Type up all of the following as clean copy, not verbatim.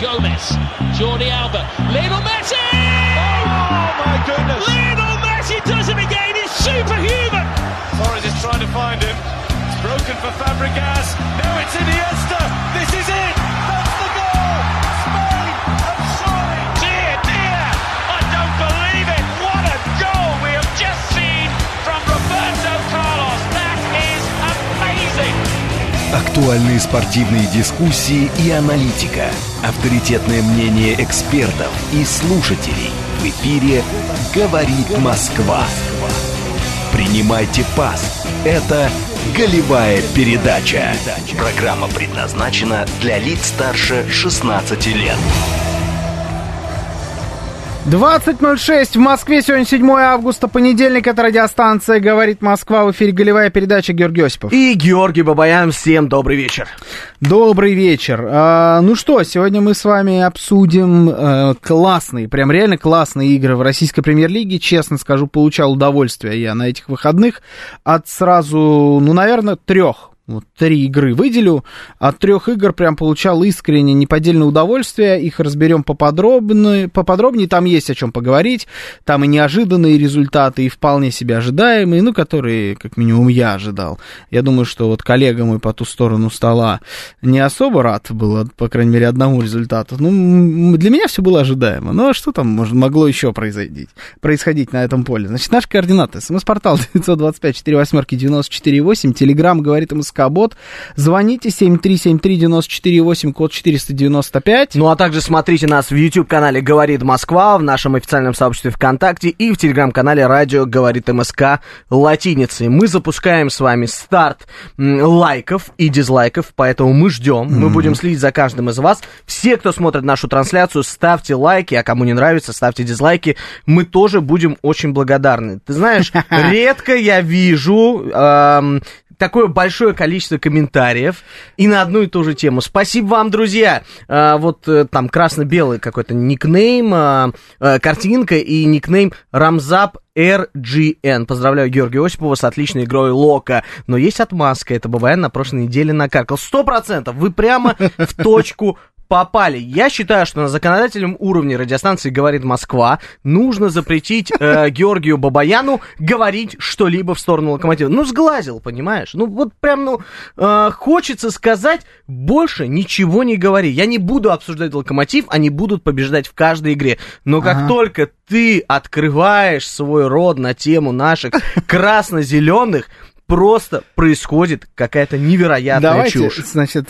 Gomez, Jordi Alba, Lionel Messi! Oh my goodness! Lionel Messi does it again, he's superhuman! Torres is trying to find him, it's broken for Fabregas, now it's Iniesta, this is it! That's the goal! Spain have signed! Dear, dear, I don't believe it! What a goal we have just seen from Roberto Carlos! That is amazing! Актуальные спортивные дискуссии и аналитика. Авторитетное мнение экспертов и слушателей. В эфире «Говорит Москва». Принимайте пас. Это «Голевая передача». Программа предназначена для лиц старше 16 лет. 20:06 в Москве. Сегодня 7 августа, понедельник. Это радиостанция «Говорит Москва». В эфире «Голевая передача». Георгий Осипов. И Георгий Бабаян. Всем добрый вечер. Добрый вечер. Ну что, сегодня мы с вами обсудим классные, прям реально классные игры в российской премьер-лиге. Честно скажу, получал удовольствие я на этих выходных от сразу, наверное, 3. Вот 3 игры выделю. От 3 игр прям получал искренне неподдельное удовольствие. Их разберем поподробнее. Там есть о чем поговорить. Там и неожиданные результаты, и вполне себе ожидаемые, которые, как минимум, я ожидал. Я думаю, что вот коллега мой по ту сторону стола не особо рад был, по крайней мере, одному результату. Для меня все было ожидаемо. А что там могло еще происходить на этом поле? Значит, наши координаты. СМС-портал 925-48-94-8. Телеграм «Говорит МСК». Бот. Звоните 7373948, код 495. Ну, а также смотрите нас в YouTube-канале «Говорит Москва», в нашем официальном сообществе ВКонтакте и в Телеграм-канале «Радио Говорит МСК» латиницей. Мы запускаем с вами старт лайков и дизлайков, поэтому мы ждем, мы будем следить за каждым из вас. Все, кто смотрит нашу трансляцию, ставьте лайки, а кому не нравится, ставьте дизлайки. Мы тоже будем очень благодарны. Ты знаешь, редко я вижу такое большое количество комментариев и на одну и ту же тему. Спасибо вам, друзья. Вот там красно-белый какой-то никнейм, картинка и никнейм Рамзап RGN. Поздравляю Георгия Осипова с отличной игрой Лока. Но есть отмазка. Это Бабаян на прошлой неделе накаркал. 100%. Вы прямо в точку попали. Я считаю, что на законодательном уровне радиостанции «Говорит Москва» нужно запретить Георгию Бабаяну говорить что-либо в сторону Локомотива. Сглазил, понимаешь? Вот прям, хочется сказать, больше ничего не говори. Я не буду обсуждать Локомотив, они будут побеждать в каждой игре. Но как только ты открываешь свой рот на тему наших красно-зеленых, просто происходит какая-то невероятная чушь. Давайте, значит,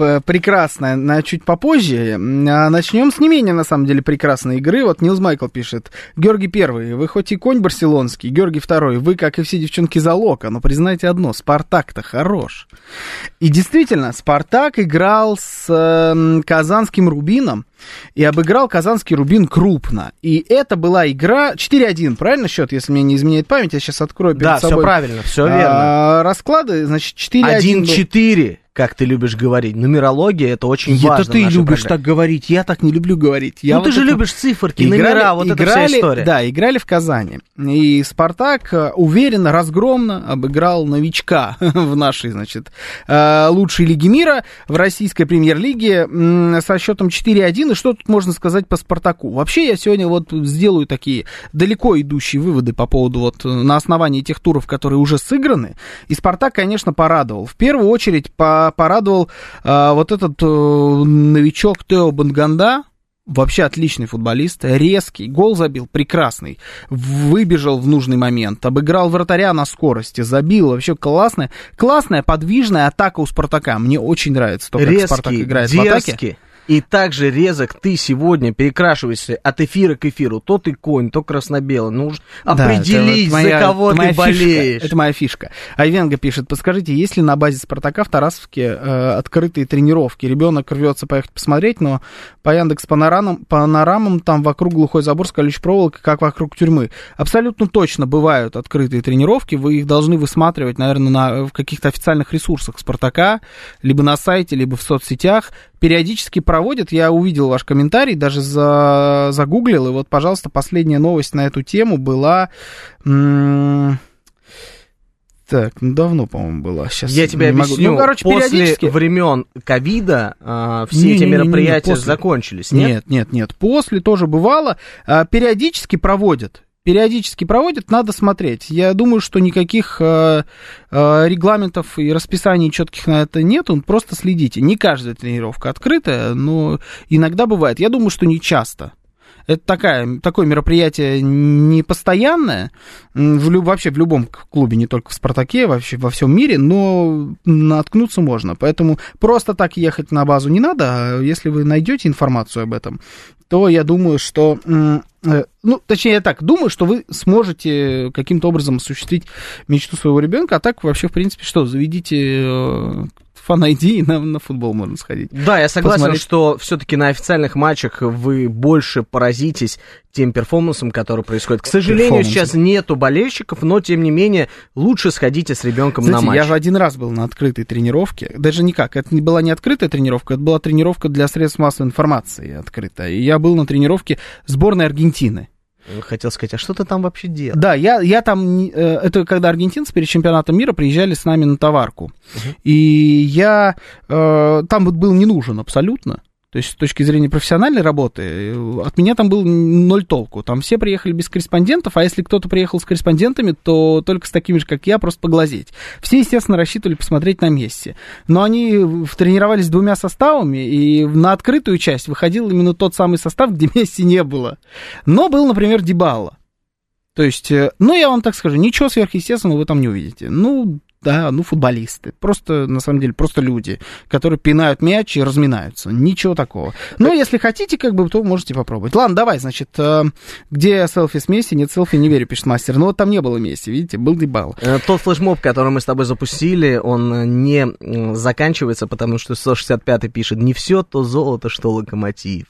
прекрасная, чуть попозже. Начнем с не менее, на самом деле, прекрасной игры. Вот Нилс Майкл пишет. Георгий первый, вы хоть и конь барселонский, Георгий второй, вы, как и все девчонки, за Лока, но признайте одно, Спартак-то хорош. И действительно, Спартак играл с казанским Рубином, и обыграл казанский Рубин крупно. И это была игра 4-1, правильно счет, если мне не изменяет память? Я сейчас открою перед собой. Да, все правильно, все верно. Расклады, значит, 4-1. 1-4. Как ты любишь говорить. Нумерология — это очень важно. Это ты любишь так говорить, я так не люблю говорить. Ты же любишь циферки, номера, вот эта вся история. Да, играли в Казани. И Спартак уверенно, разгромно обыграл новичка в нашей, значит, лучшей лиге мира, в российской премьер-лиге со счетом 4-1. И что тут можно сказать по Спартаку? Вообще я сегодня сделаю такие далеко идущие выводы по поводу на основании тех туров, которые уже сыграны. И Спартак, конечно, порадовал. В первую очередь порадовал этот новичок Тео Банганда. Вообще отличный футболист, резкий, гол забил прекрасный, выбежал в нужный момент, обыграл вратаря на скорости, забил. Вообще классная подвижная атака у Спартака. Мне очень нравится то, как Спартак играет в атаке. И также резок ты сегодня перекрашиваешься от эфира к эфиру. То ты конь, то красно-белый. Уж определись, за кого ты болеешь. Это моя фишка. Айвенга пишет, подскажите, есть ли на базе Спартака в Тарасовке открытые тренировки? Ребенок рвется поехать посмотреть, но по Яндекс.Панорамам там вокруг глухой забор с колючей проволокой, как вокруг тюрьмы. Абсолютно точно бывают открытые тренировки. Вы их должны высматривать, наверное, в каких-то официальных ресурсах Спартака, либо на сайте, либо в соцсетях. Периодически проводят, я увидел ваш комментарий, даже загуглил, и пожалуйста, последняя новость на эту тему была Так, давно, по-моему, было. Сейчас я тебе объясню. После времен ковида все эти мероприятия закончились, нет? Нет. После тоже бывало. Периодически проводят, надо смотреть. Я думаю, что никаких регламентов и расписаний четких на это нет, просто следите. Не каждая тренировка открытая, но иногда бывает. Я думаю, что не часто. Это такое мероприятие не постоянное, вообще в любом клубе, не только в «Спартаке», вообще во всем мире, но наткнуться можно. Поэтому просто так ехать на базу не надо, а если вы найдете информацию об этом, то я думаю, что... точнее, я так думаю, что вы сможете каким-то образом осуществить мечту своего ребенка, а так вообще, в принципе, заведите... Fan-ID, и на футбол можно сходить. Да, я согласен, что все-таки на официальных матчах вы больше поразитесь тем перформансом, который происходит. К сожалению, сейчас нету болельщиков, но, тем не менее, лучше сходите с ребенком на матч. Я же один раз был на открытой тренировке. Даже никак. Это не была не открытая тренировка, это была тренировка для средств массовой информации открытая. И я был на тренировке сборной Аргентины. Хотел сказать, а что ты там вообще делал? Да, я там, это когда аргентинцы перед чемпионатом мира приезжали с нами на товарку. И я там был не нужен абсолютно. То есть с точки зрения профессиональной работы от меня там было 0 толку. Там все приехали без корреспондентов, а если кто-то приехал с корреспондентами, то только с такими же, как я, просто поглазеть. Все, естественно, рассчитывали посмотреть на месте. Но они тренировались 2 составами, и на открытую часть выходил именно тот самый состав, где Месси не было. Но был, например, Дибала. То есть, я вам так скажу, ничего сверхъестественного вы там не увидите. Футболисты. Просто, на самом деле, просто люди, которые пинают мяч и разминаются. Ничего такого. Но если хотите, то можете попробовать. Ладно, давай, значит, где селфи с Месси? Нет селфи, не верю, пишет мастер. Но вот там не было Месси, видите, был Дибала. Тот флешмоб, который мы с тобой запустили, он не заканчивается, потому что 165-й пишет: не все то золото, что Локомотив.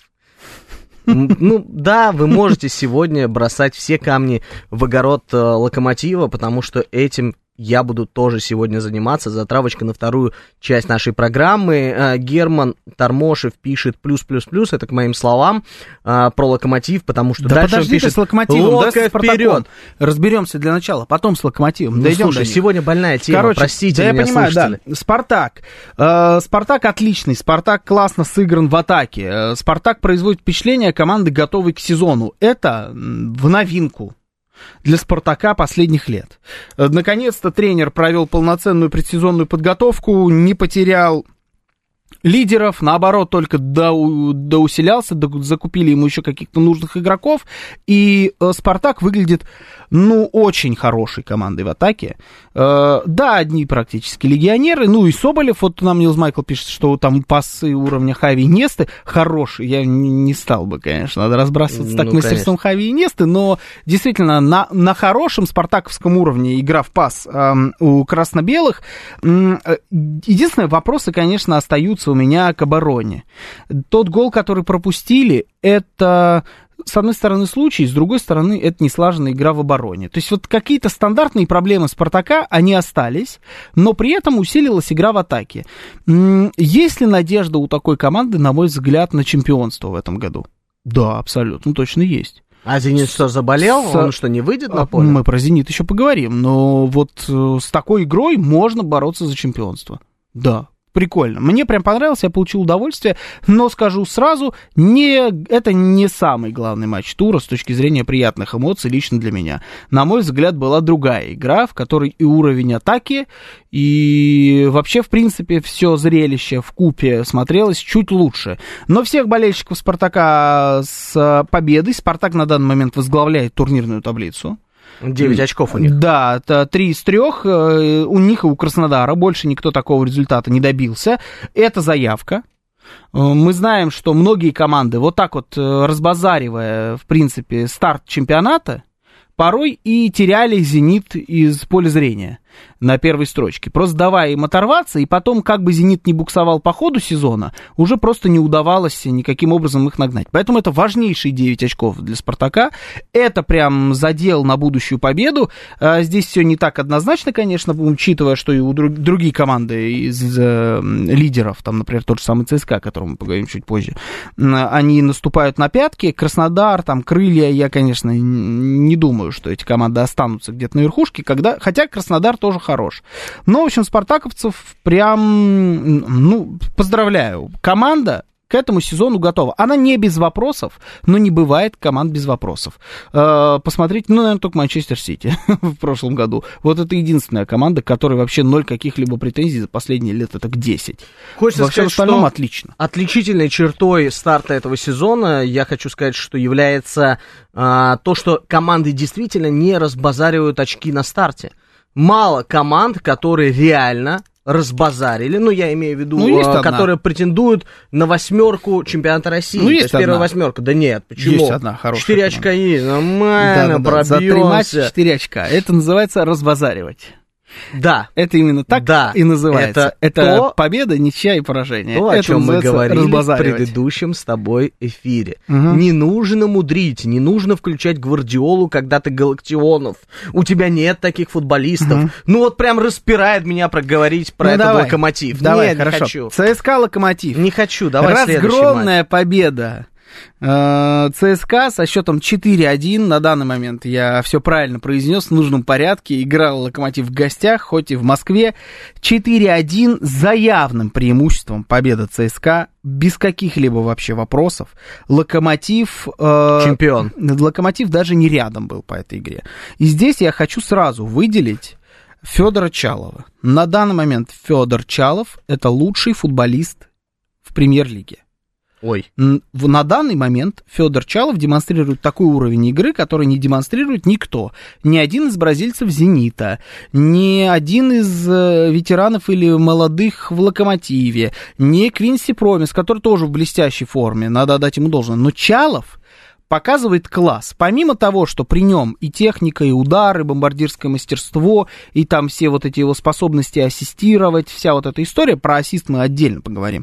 Да, вы можете сегодня бросать все камни в огород Локомотива, потому что этим я буду тоже сегодня заниматься. Затравочка на вторую часть нашей программы. Герман Тормошев пишет плюс-плюс-плюс, это к моим словам, про Локомотив, потому что дальше он пишет: с Локомотивом, Лока вперед. Разберемся для начала, потом с Локомотивом. Слушай, сегодня больная тема, простите меня, слушатели. Спартак. Спартак отличный, Спартак классно сыгран в атаке. Спартак производит впечатление команды, готовой к сезону. Это в новинку для Спартака последних лет. Наконец-то тренер провел полноценную предсезонную подготовку, не потерял лидеров, наоборот, только доусилялся, закупили ему еще каких-то нужных игроков, и Спартак выглядит, очень хорошей командой в атаке. Да, одни практически легионеры, и Соболев, вот нам Нилс Майкл пишет, что там пасы уровня Хави и Несты хорошие, я не стал бы, конечно, надо разбрасываться так мастерством Хави и Несты, но действительно на хорошем спартаковском уровне игра в пас у красно-белых. Единственное, вопросы, конечно, остаются у меня к обороне. Тот гол, который пропустили, это, с одной стороны, случай, с другой стороны, это неслаженная игра в обороне. То есть вот какие-то стандартные проблемы Спартака, они остались, но при этом усилилась игра в атаке. Есть ли надежда у такой команды, на мой взгляд, на чемпионство в этом году? Да, абсолютно, точно есть. А «Зенит» что, заболел? Он что, не выйдет на поле? Мы про «Зенит» еще поговорим, но вот с такой игрой можно бороться за чемпионство. Да. Прикольно. Мне прям понравилось, я получил удовольствие, но скажу сразу, это не самый главный матч тура с точки зрения приятных эмоций лично для меня. На мой взгляд, была другая игра, в которой и уровень атаки, и вообще, в принципе, все зрелище вкупе смотрелось чуть лучше. Но всех болельщиков «Спартака» с победой. «Спартак» на данный момент возглавляет турнирную таблицу. 9 очков у них. Да, 3 из 3 у них и у Краснодара. Больше никто такого результата не добился. Это заявка. Мы знаем, что многие команды, вот так вот разбазаривая, в принципе, старт чемпионата, порой и теряли «Зенит» из поля зрения на первой строчке. Просто давая им оторваться, и потом, как бы «Зенит» не буксовал по ходу сезона, уже просто не удавалось никаким образом их нагнать. Поэтому это важнейшие 9 очков для «Спартака». Это прям задел на будущую победу. Здесь все не так однозначно, конечно, учитывая, что и у другие команды из лидеров, там, например, тот же самый ЦСКА, о котором мы поговорим чуть позже, они наступают на пятки. Краснодар, там, Крылья, я, конечно, не думаю, что эти команды останутся где-то на верхушке, хотя Краснодар тоже тоже хорош. Но, в общем, спартаковцев прям, поздравляю. Команда к этому сезону готова. Она не без вопросов, но не бывает команд без вопросов. Посмотрите, наверное, только Манчестер Сити в прошлом году. Вот это единственная команда, которой вообще ноль каких-либо претензий за последние лет, это к 10. Хочется вообще сказать, в остальном что отлично. Отличительной чертой старта этого сезона, я хочу сказать, что является то, что команды действительно не разбазаривают очки на старте. Мало команд, которые реально разбазарили, я имею в виду, которые претендуют на 8 чемпионата России. То есть первая 8. Да нет, почему? Есть одна хорошая 4 очка есть, нормально, пробьемся. За 3 матча 4 очка. Это называется разбазаривать. Да. Это именно так и называется. Это победа, ничья и поражение. То, о чем мы говорили в предыдущем с тобой эфире. Не нужно мудрить, не нужно включать Гвардиолу, когда ты Галактионов. У тебя нет таких футболистов. Прям распирает меня проговорить про этот Локомотив. Давай, нет, хорошо. не хочу. ЦСКА Локомотив. Не хочу, давай следующий Разгромная матч. победа. ЦСКА со счетом 4-1, на данный момент я все правильно произнес, в нужном порядке, играл Локомотив в гостях, хоть и в Москве, 4-1 за явным преимуществом победа ЦСКА, без каких-либо вообще вопросов. Локомотив... Чемпион. Локомотив даже не рядом был по этой игре. И здесь я хочу сразу выделить Федора Чалова. На данный момент Федор Чалов — это лучший футболист в премьер-лиге. Ой. На данный момент Федор Чалов демонстрирует такой уровень игры, который не демонстрирует никто. Ни один из бразильцев «Зенита», ни один из ветеранов или молодых в «Локомотиве», ни Квинси Промис, который тоже в блестящей форме, надо отдать ему должное. Но Чалов показывает класс. Помимо того, что при нем и техника, и удары, и бомбардирское мастерство, и там все вот эти его способности ассистировать, вся вот эта история, про ассист мы отдельно поговорим.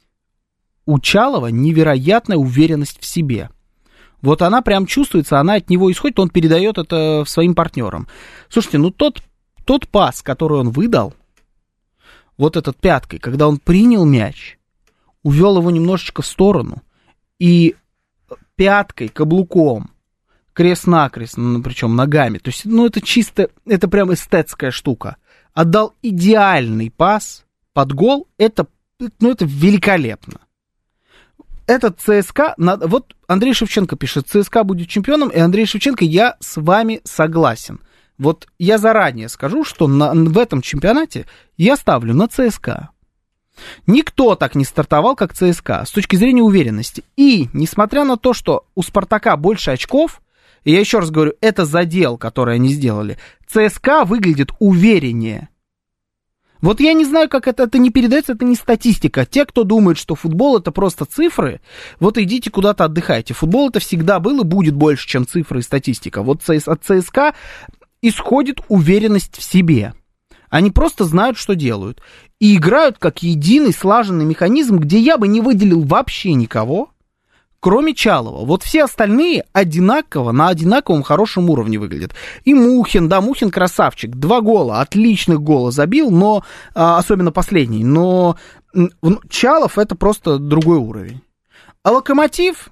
У Чалова невероятная уверенность в себе. Вот она прям чувствуется, она от него исходит, он передает это своим партнерам. Слушайте, тот пас, который он выдал, вот этот пяткой, когда он принял мяч, увел его немножечко в сторону, и пяткой, каблуком, крест-накрест, причем ногами, то есть, это чисто, это прям эстетская штука, отдал идеальный пас под гол, это великолепно. Этот ЦСКА, вот Андрей Шевченко пишет, ЦСКА будет чемпионом, и Андрей Шевченко, я с вами согласен. Вот я заранее скажу, что в этом чемпионате я ставлю на ЦСКА. Никто так не стартовал, как ЦСКА, с точки зрения уверенности. И, несмотря на то, что у Спартака больше очков, и я еще раз говорю, это задел, который они сделали, ЦСКА выглядит увереннее. Вот я не знаю, как это не передается, это не статистика. Те, кто думает, что футбол это просто цифры, вот идите куда-то отдыхайте. Футбол это всегда был и будет больше, чем цифры и статистика. Вот от ЦСКА исходит уверенность в себе. Они просто знают, что делают. И играют как единый слаженный механизм, где я бы не выделил вообще никого, кроме Чалова. Вот все остальные одинаково, на одинаковом хорошем уровне выглядят. И Мухин, Мухин красавчик. 2 гола, отличных гола забил, но особенно последний. Но Чалов это просто другой уровень. А Локомотив,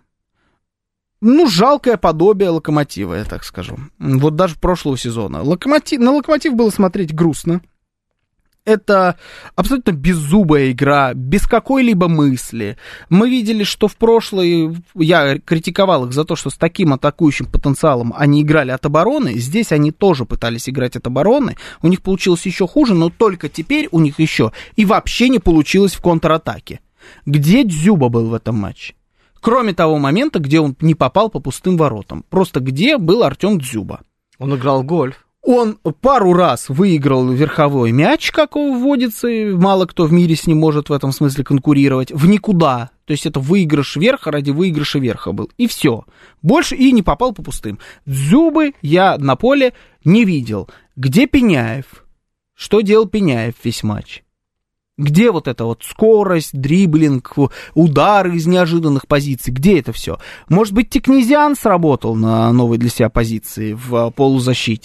жалкое подобие Локомотива, я так скажу. Вот даже прошлого сезона. На Локомотив было смотреть грустно. Это абсолютно беззубая игра, без какой-либо мысли. Мы видели, что в прошлой, я критиковал их за то, что с таким атакующим потенциалом они играли от обороны. Здесь они тоже пытались играть от обороны. У них получилось еще хуже, но только теперь у них еще и вообще не получилось в контратаке. Где Дзюба был в этом матче? Кроме того момента, где он не попал по пустым воротам. Просто где был Артем Дзюба? Он играл в гольф. Он пару раз выиграл верховой мяч, как он вводится, мало кто в мире с ним может в этом смысле конкурировать, в никуда. То есть это выигрыш верха ради выигрыша верха был. И все. Больше и не попал по пустым. Дзюбы я на поле не видел. Где Пеняев? Что делал Пеняев весь матч? Где вот эта вот скорость, дриблинг, удары из неожиданных позиций? Где это все? Может быть, Текнезиан сработал на новой для себя позиции в полузащите?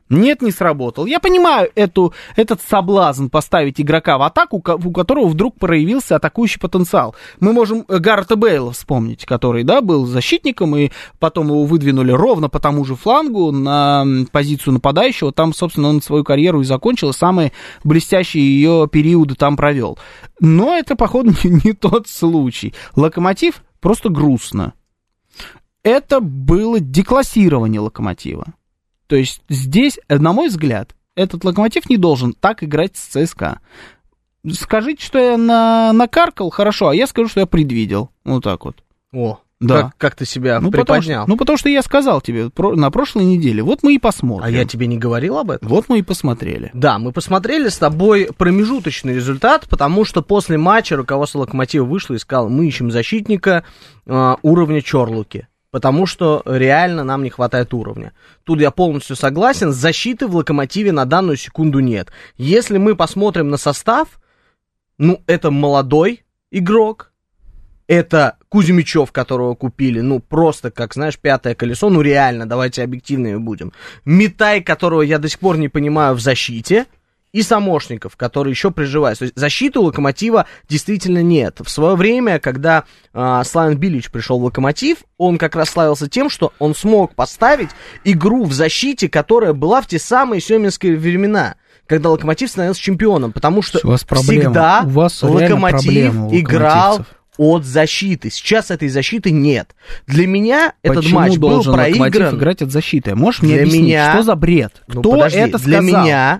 Нет, не сработал. Я понимаю этот соблазн поставить игрока в атаку, у которого вдруг проявился атакующий потенциал. Мы можем Гаррета Бейла вспомнить, который, да, был защитником, и потом его выдвинули ровно по тому же флангу на позицию нападающего. Там, собственно, он свою карьеру и закончил, и самые блестящие ее периоды там провел. Но это, походу, не тот случай. Локомотив просто грустно. Это было деклассирование Локомотива. То есть здесь, на мой взгляд, этот Локомотив не должен так играть с ЦСКА. Скажите, что я накаркал, хорошо, а я скажу, что я предвидел. Вот так вот. О, да. Как ты себя приподнял. Потому что я сказал тебе на прошлой неделе. Вот мы и посмотрим. А я тебе не говорил об этом? Вот мы и посмотрели. Да, мы посмотрели с тобой промежуточный результат, потому что после матча руководство Локомотива вышло и сказало, мы ищем защитника уровня Чорлуки. Потому что реально нам не хватает уровня. Тут я полностью согласен, защиты в Локомотиве на данную секунду нет. Если мы посмотрим на состав, ну, это молодой игрок, это Кузьмичев, которого купили, ну, просто, как, знаешь, пятое колесо, ну, реально, давайте объективными будем. Митай, которого я до сих пор не понимаю в защите, и Самошников, который еще приживается. То есть защиты у Локомотива действительно нет. В свое время, когда Славян Билич пришел в Локомотив, он как раз славился тем, что он смог поставить игру в защите, которая была в те самые семинские времена, когда Локомотив становился чемпионом. Потому что всегда Локомотив играл от защиты. Сейчас этой защиты нет. Для меня этот матч был проигран. Почему должен Локомотив играть от защиты? Можешь мне объяснить, что за бред? Кто это сказал? Для меня...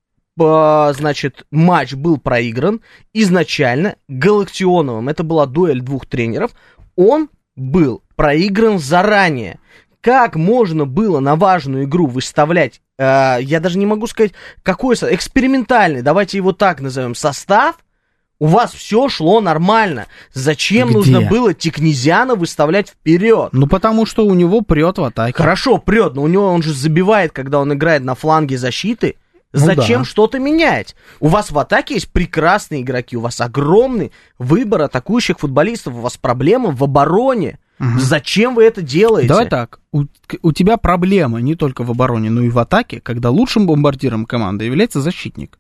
Значит, матч был проигран изначально Галактионовым. Это была дуэль двух тренеров. Он был проигран заранее. Как можно было на важную игру выставлять, я даже не могу сказать, какой экспериментальный, давайте его так назовем, состав, у вас все шло нормально. Зачем нужно было Тикнезиана выставлять вперед? Ну, потому что у него прет в атаке. Хорошо, прет, но у него он же забивает, когда он играет на фланге защиты. Зачем что-то менять? У вас в атаке есть прекрасные игроки, у вас огромный выбор атакующих футболистов, у вас проблемы в обороне. Угу. Зачем вы это делаете? Давай так, у тебя проблема не только в обороне, но и в атаке, когда лучшим бомбардиром команды является защитник.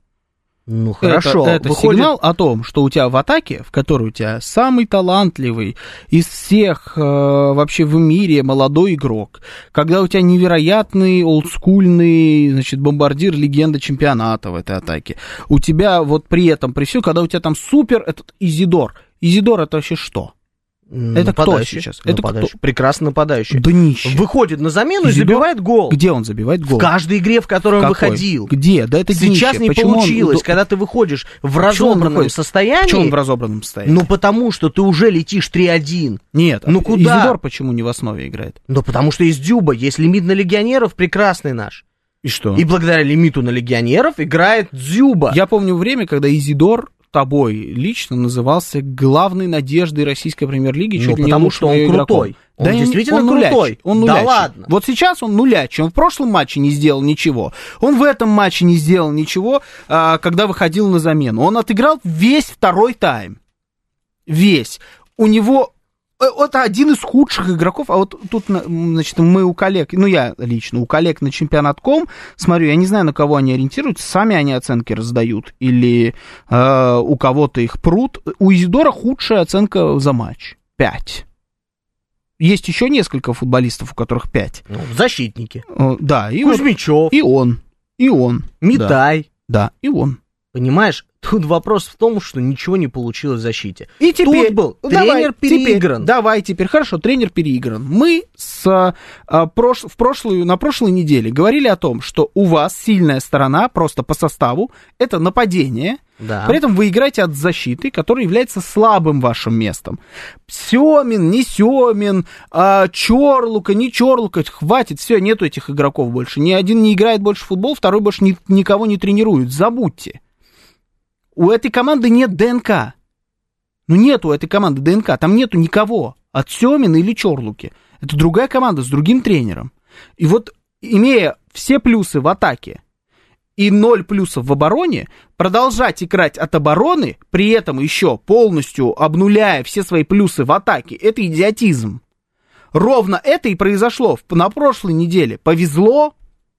Ну хорошо. Это сигнал о том, что у тебя в атаке, в которой у тебя самый талантливый из всех вообще в мире молодой игрок, когда у тебя невероятный олдскульный, значит, бомбардир, легенда чемпионата в этой атаке, у тебя вот при этом, при всем, когда у тебя там супер этот Изидор. Изидор это вообще что? Это кто сейчас? Это кто? Прекрасный нападающий. Днище. Выходит на замену и забивает гол. Где он забивает гол? В каждой игре, в которой он выходил. Где? Да это днище. Сейчас не Почему получилось, когда ты выходишь в разобранном состоянии. Почему он в разобранном состоянии? Ну, потому что ты уже летишь 3-1. Нет, ну куда? Изидор почему не в основе играет? Ну, потому что есть Дзюба, есть лимит на легионеров, прекрасный наш. И что? И благодаря лимиту на легионеров играет Дзюба. Я помню время, когда Изидор тобой лично назывался главной надеждой российской премьер-лиги, чуть ли не потому что он крутой. Он да действительно крутой. Он нулячий. Да ладно. Вот сейчас он нулячий. Он в прошлом матче не сделал ничего. Он в этом матче не сделал ничего, когда выходил на замену. Он отыграл весь второй тайм. Весь. У него... Это один из худших игроков, а вот тут, значит, мы у коллег, ну, я лично у коллег на чемпионат.ком смотрю, я не знаю, на кого они ориентируются, сами они оценки раздают, или у кого-то их прут. У Изидора худшая оценка за матч. 5. Есть еще несколько футболистов, у которых 5. Ну, защитники. Да. И Кузьмичев. И он. Митай. Да, и он. Понимаешь, тут вопрос в том, что ничего не получилось в защите. И теперь тут был тренер переигран. Давай теперь, хорошо, тренер переигран. Мы на прошлой неделе говорили о том, что у вас сильная сторона просто по составу, это нападение. Да. При этом вы играете от защиты, которая является слабым вашим местом. Семин, не Семин, Чорлука, не Чорлука, хватит, все, нету этих игроков больше. Ни один не играет больше в футбол, второй больше никого не тренирует, забудьте. У этой команды нет ДНК. Ну, нет у этой команды ДНК, там нету никого от Семина или Чорлуки. Это другая команда с другим тренером. И вот, имея все плюсы в атаке и 0 плюсов в обороне, продолжать играть от обороны, при этом еще полностью обнуляя все свои плюсы в атаке, это идиотизм. Ровно это и произошло на прошлой неделе. Повезло,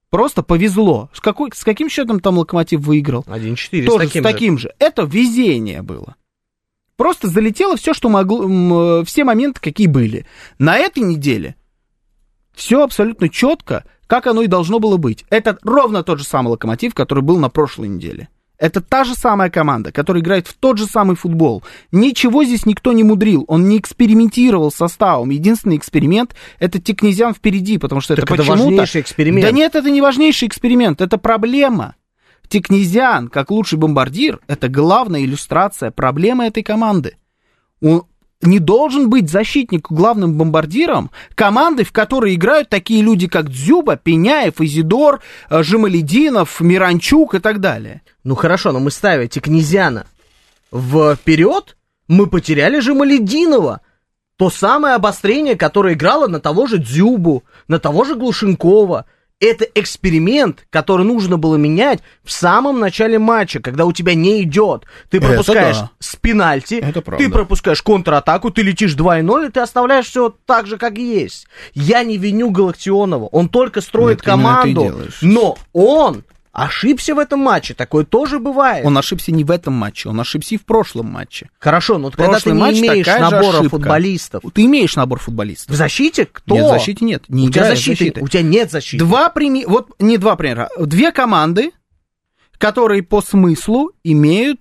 Просто повезло. С каким счетом там Локомотив выиграл? 1-4. Тоже с таким же. Это везение было. Просто залетело все, что могло, все моменты, какие были. На этой неделе все абсолютно четко, как оно и должно было быть. Это ровно тот же самый Локомотив, который был на прошлой неделе. Это та же самая команда, которая играет в тот же самый футбол. Ничего здесь никто не мудрил, он не экспериментировал с составом. Единственный эксперимент — это Тикнезян впереди, потому что это почему-то... Это важнейший эксперимент. Да нет, это не важнейший эксперимент, это проблема. Тикнезян, как лучший бомбардир, это главная иллюстрация проблемы этой команды. Он не должен быть защитник главным бомбардиром команды, в которой играют такие люди, как Дзюба, Пеняев, Изидор, Жамалединов, Миранчук и так далее. Ну хорошо, но мы ставим Тикнезяна вперед, мы потеряли Жамалединова. То самое обострение, которое играло на того же Дзюбу, на того же Глушенкова. Это эксперимент, который нужно было менять в самом начале матча, когда у тебя не идет. Ты пропускаешь с пенальти, ты пропускаешь контратаку, ты летишь 2-0, и ты оставляешь все так же, как есть. Я не виню Галактионова, он только строит команду, но он ошибся в этом матче, такое тоже бывает. Он ошибся не в этом матче, он ошибся и в прошлом матче. Хорошо, но когда ты не имеешь набора футболистов. Ты имеешь набор футболистов. В защите кто? Нет, в защите нет. У тебя нет защиты. Два примера. Две команды, которые по смыслу имеют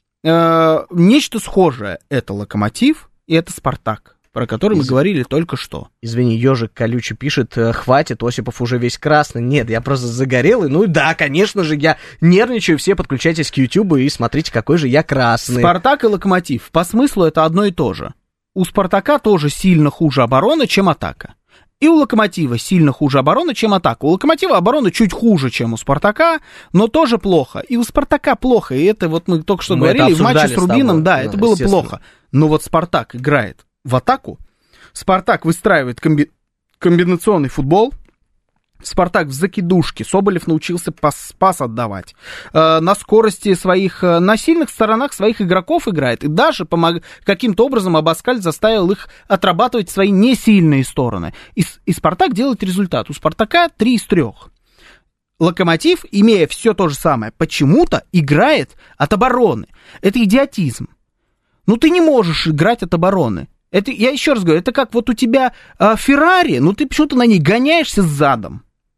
нечто схожее. Это Локомотив и это Спартак, про который мы говорили только что. Извини, ежик колючий пишет, хватит, Осипов уже весь красный. Нет, я просто загорелый. Ну да, конечно же, я нервничаю. Все подключайтесь к Ютубу и смотрите, какой же я красный. Спартак и Локомотив. По смыслу это одно и то же. У Спартака тоже сильно хуже оборона, чем атака. И у Локомотива сильно хуже оборона, чем атака. У Локомотива оборона чуть хуже, чем у Спартака, но тоже плохо. И у Спартака плохо. И это вот мы только что говорили в матче с Рубином. Да, это было плохо. Но вот Спартак играет в атаку, Спартак выстраивает комбинационный футбол, Спартак в закидушке, Соболев научился пас отдавать, на скорости своих, на сильных сторонах своих игроков играет, и даже каким-то образом Абаскаль заставил их отрабатывать свои несильные стороны. И Спартак делает результат. У Спартака 3 из 3. Локомотив, имея все то же самое, почему-то играет от обороны. Это идиотизм. Ну ты не можешь играть от обороны. Это, я еще раз говорю, это как вот у тебя Феррари, ну ты почему-то на ней гоняешься задом.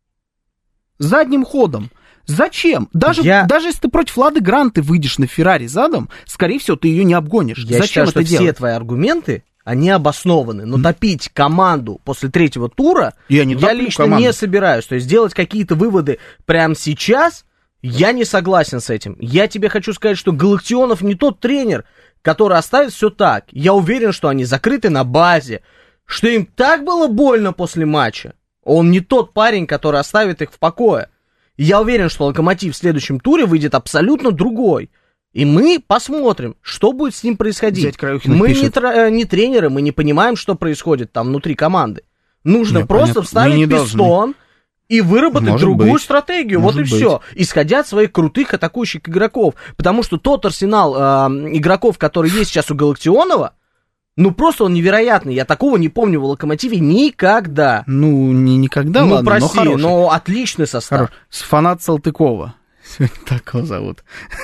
Задним ходом. Зачем? Даже если ты против Лады Гранты выйдешь на Феррари задом, скорее всего, ты ее не обгонишь. Я Зачем считаю, что все твои аргументы, они обоснованы. Но топить команду после 3-го тура я лично не собираюсь. То есть делать какие-то выводы прямо сейчас, я не согласен с этим. Я тебе хочу сказать, что Галактионов не тот тренер, который оставит все так. Я уверен, что они закрыты на базе, что им так было больно после матча. Он не тот парень, который оставит их в покое. Я уверен, что Локомотив в следующем туре выйдет абсолютно другой. И мы посмотрим, что будет с ним происходить. Мы не тренеры, мы не понимаем, что происходит там внутри команды. Нужно просто вставить пистон и выработать другую стратегию. Вот и все. Исходя от своих крутых атакующих игроков. Потому что тот арсенал игроков, который есть сейчас у Галактионова, ну просто он невероятный. Я такого не помню в Локомотиве никогда. Ну, не никогда, ну, ладно, прости, но хороший. Но отличный состав. Фанат Салтыкова. Сегодня так его зовут.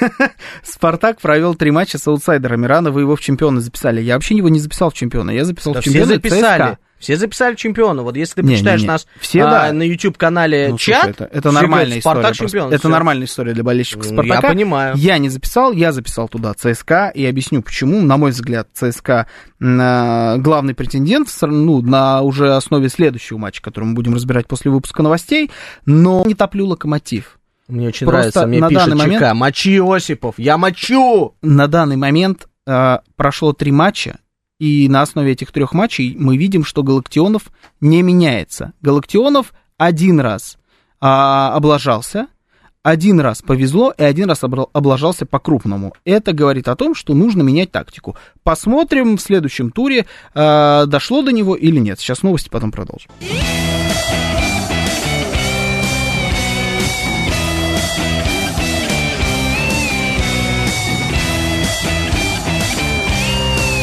Спартак провел 3 матча с аутсайдерами. Рано вы его в чемпионы записали. Я вообще его не записал в чемпиона. Я записал в чемпиона ЦСКА. Все записали чемпиона. Вот если ты почитаешь нас на YouTube-канале чат, это нормальная история. Чемпион, это нормальная история для болельщиков Спартака. Я понимаю. Я не записал, я записал туда ЦСКА, и объясню почему. На мой взгляд, ЦСКА главный претендент, ну, на уже основе следующего матча, который мы будем разбирать после выпуска новостей, но не топлю Локомотив. Мне очень нравится, мне пишет ЧК, мочи Осипов, я мочу! На данный момент прошло 3 матча, и на основе этих 3 матчей мы видим, что Галактионов не меняется. Галактионов 1 раз облажался, 1 раз повезло, и 1 раз облажался по-крупному. Это говорит о том, что нужно менять тактику. Посмотрим в следующем туре, дошло до него или нет. Сейчас новости, потом продолжим.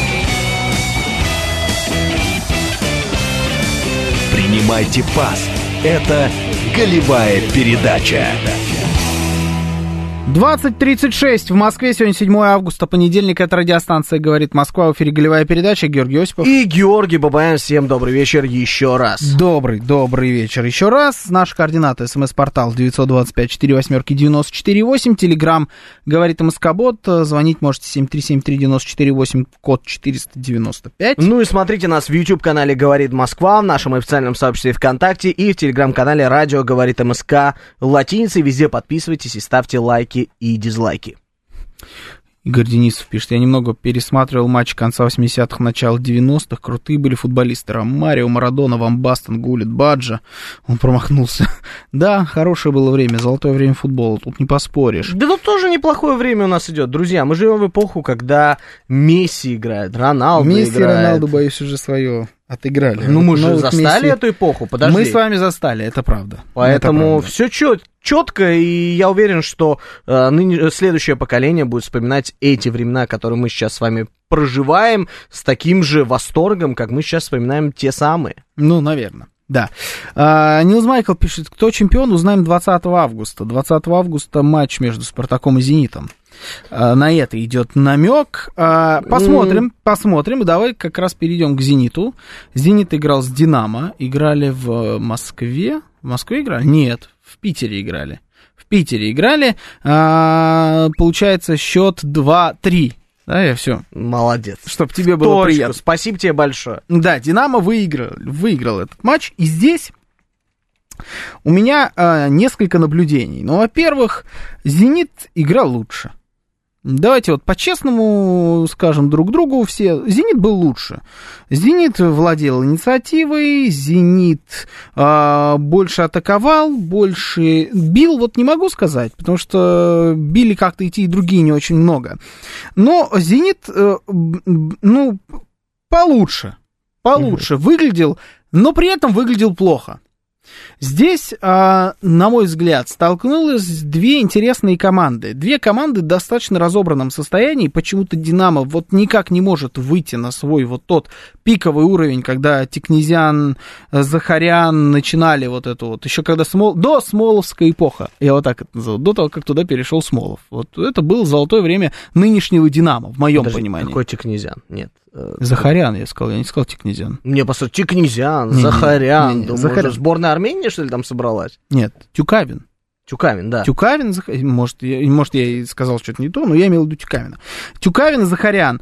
Принимайте пас. Это «Голевая передача». 20:36 в Москве, сегодня 7 августа, понедельник, это радиостанция «Говорит Москва», в эфире «Голевая передача», Георгий Осипов. И Георгий Бабаян, всем добрый вечер еще раз. Добрый вечер еще раз. Наши координаты: СМС-портал 925-48-94-8, Телеграм «Говорит МСК-бот», звонить можете 7373948, код 495. Ну и смотрите нас в YouTube-канале «Говорит Москва», в нашем официальном сообществе ВКонтакте и в Телеграм-канале «Радио Говорит МСК» латиницей. Везде подписывайтесь и ставьте лайки и дизлайки. Игорь Денисов пишет: я немного пересматривал матч конца 80-х, начала 90-х. Крутые были футболисты: Ромарио, Марадона, Ван Бастен, Гулlit, Баджа. Он промахнулся. Да, хорошее было время, золотое время футбола, тут не поспоришь. Да тут тоже неплохое время у нас идет, друзья. Мы живем в эпоху, когда Месси играет, Роналду играет. Месси и Роналду, боюсь, уже свое отыграли. Ну мы же застали эту эпоху, подожди. Мы с вами застали, это правда. Поэтому все четко, и я уверен, что следующее поколение будет вспоминать эти времена, которые мы сейчас с вами проживаем, с таким же восторгом, как мы сейчас вспоминаем те самые. Ну, наверное. Да. Нилс Майкл пишет: кто чемпион, узнаем 20 августа. 20 августа матч между «Спартаком» и «Зенитом». На это идет намек. Посмотрим. Давай как раз перейдем к «Зениту». «Зенит» играл с «Динамо». Играли в Москве. В Москве играли? Нет, в Питере играли. Получается счет 2-3. Да, я все. Молодец. Чтоб тебе было приятно. Спасибо тебе большое. Да, «Динамо» выиграл этот матч. И здесь у меня несколько наблюдений. Ну, во-первых, «Зенит» играл лучше. Давайте вот по-честному скажем друг другу все. «Зенит» был лучше. «Зенит» владел инициативой, «Зенит» больше атаковал, больше бил. Вот не могу сказать, потому что били как-то и те, и другие не очень много. Но «Зенит», получше выглядел, но при этом выглядел плохо. Здесь, на мой взгляд, столкнулись две интересные команды. Две команды в достаточно разобранном состоянии. Почему-то «Динамо» вот никак не может выйти на свой вот тот пиковый уровень, когда Тикнезян, Захарян начинали вот эту вот, еще когда до Смоловская эпоха, я вот так это назову, до того, как туда перешел Смолов. Вот это было золотое время нынешнего «Динамо», в моем понимании. Какой Тикнезян? Нет. Захарян, я не сказал Тикнезян. Мне просто Тикнезян, Захарян. Думаю, сборная Армении, что ли, там собралась? Нет, Тюкавин, да. Тюкавин, может, я и сказал что-то не то, но я имел в виду Тюкавина. Тюкавин и Захарян.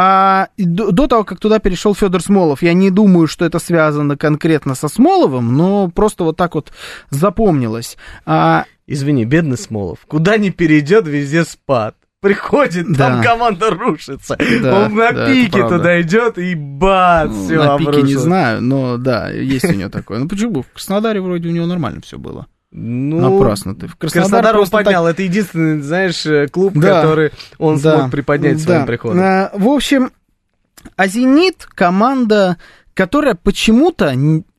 До того, как туда перешел Федор Смолов, я не думаю, что это связано конкретно со Смоловым, но просто вот так вот запомнилось. Извини, бедный Смолов. Куда ни перейдет, везде спад. Приходит, там команда рушится. Да, он на пике туда идет, и бац, все на обрушилось. Пике не знаю, но да, есть у него такое. Ну почему? В Краснодаре вроде у него нормально все было. Ну, напрасно ты. Краснодар он поднял. Так... Это единственный, знаешь, клуб, который он смог приподнять своим приходом. В общем, «Зенит» команда, которая почему-то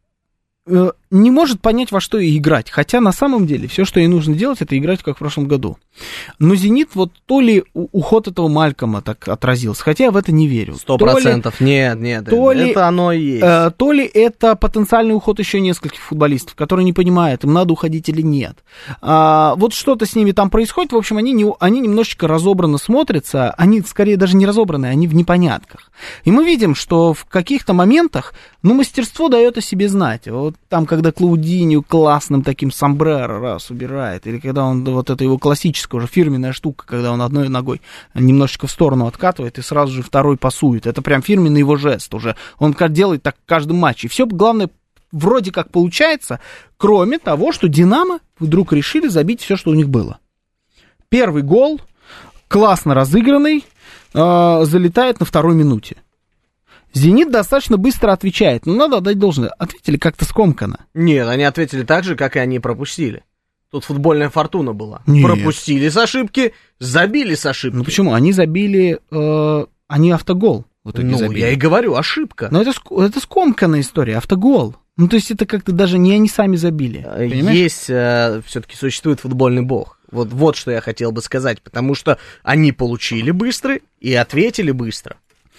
не может понять, во что ей играть. Хотя на самом деле все, что ей нужно делать, это играть, как в прошлом году. Но «Зенит», вот то ли уход этого Малькома так отразился, хотя я в это не верю. 100%. Нет, это оно и есть. То ли это потенциальный уход еще нескольких футболистов, которые не понимают, им надо уходить или нет. Вот что-то с ними там происходит. В общем, они немножечко разобранно смотрятся. Они, скорее, даже не разобранные, они в непонятках. И мы видим, что в каких-то моментах, мастерство дает о себе знать. Вот там, когда Клаудиньо классным таким сомбреро раз убирает, или когда он, вот это его классическая уже фирменная штука, когда он одной ногой немножечко в сторону откатывает и сразу же второй пасует. Это прям фирменный его жест уже. Он делает так в каждом матче. И все, главное, вроде как получается, кроме того, что «Динамо» вдруг решили забить все, что у них было. Первый гол, классно разыгранный, залетает на второй минуте. «Зенит» достаточно быстро отвечает, но надо отдать должное. Ответили как-то скомканно. Нет, они ответили так же, как и они пропустили. Тут футбольная фортуна была. Нет. Пропустили с ошибки, забили с ошибки. Ну почему? Они забили, они автогол в итоге забили. Я и говорю, ошибка. Но это скомканная история, автогол. Ну то есть это как-то даже не они сами забили. Понимаешь? Есть, все-таки существует футбольный бог. Вот что я хотел бы сказать, потому что они получили быстро и ответили быстро.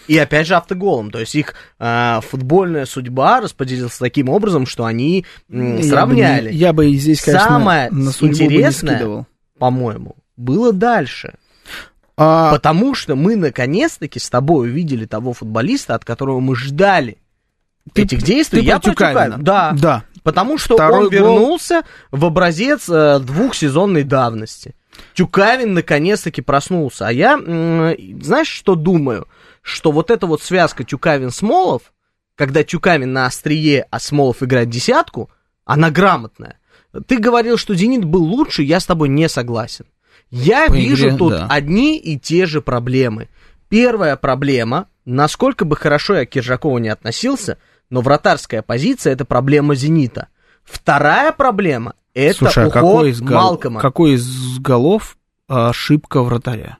И опять же автоголом. То есть их футбольная судьба распределилась таким образом, что они сравняли. Я бы здесь, конечно, самое на судьбу интересное, бы не скидывал. По-моему, было дальше. Потому что мы наконец-таки с тобой увидели того футболиста, от которого мы ждали этих действий. Я про Тюкавина. Да. Потому что он вернулся в образец двухсезонной давности. Тюкавин наконец-таки проснулся. А я, знаешь, что думаю? Что вот эта вот связка Тюкавин-Смолов, когда Тюкавин на острие, а Смолов играет десятку, она грамотная. Ты говорил, что «Зенит» был лучше, я с тобой не согласен. Я вижу тут одни и те же проблемы. Первая проблема, насколько бы хорошо я к Киржакову не относился, но вратарская позиция — это проблема «Зенита». Вторая проблема — это уход Малкома. Какой из голов ошибка вратаря?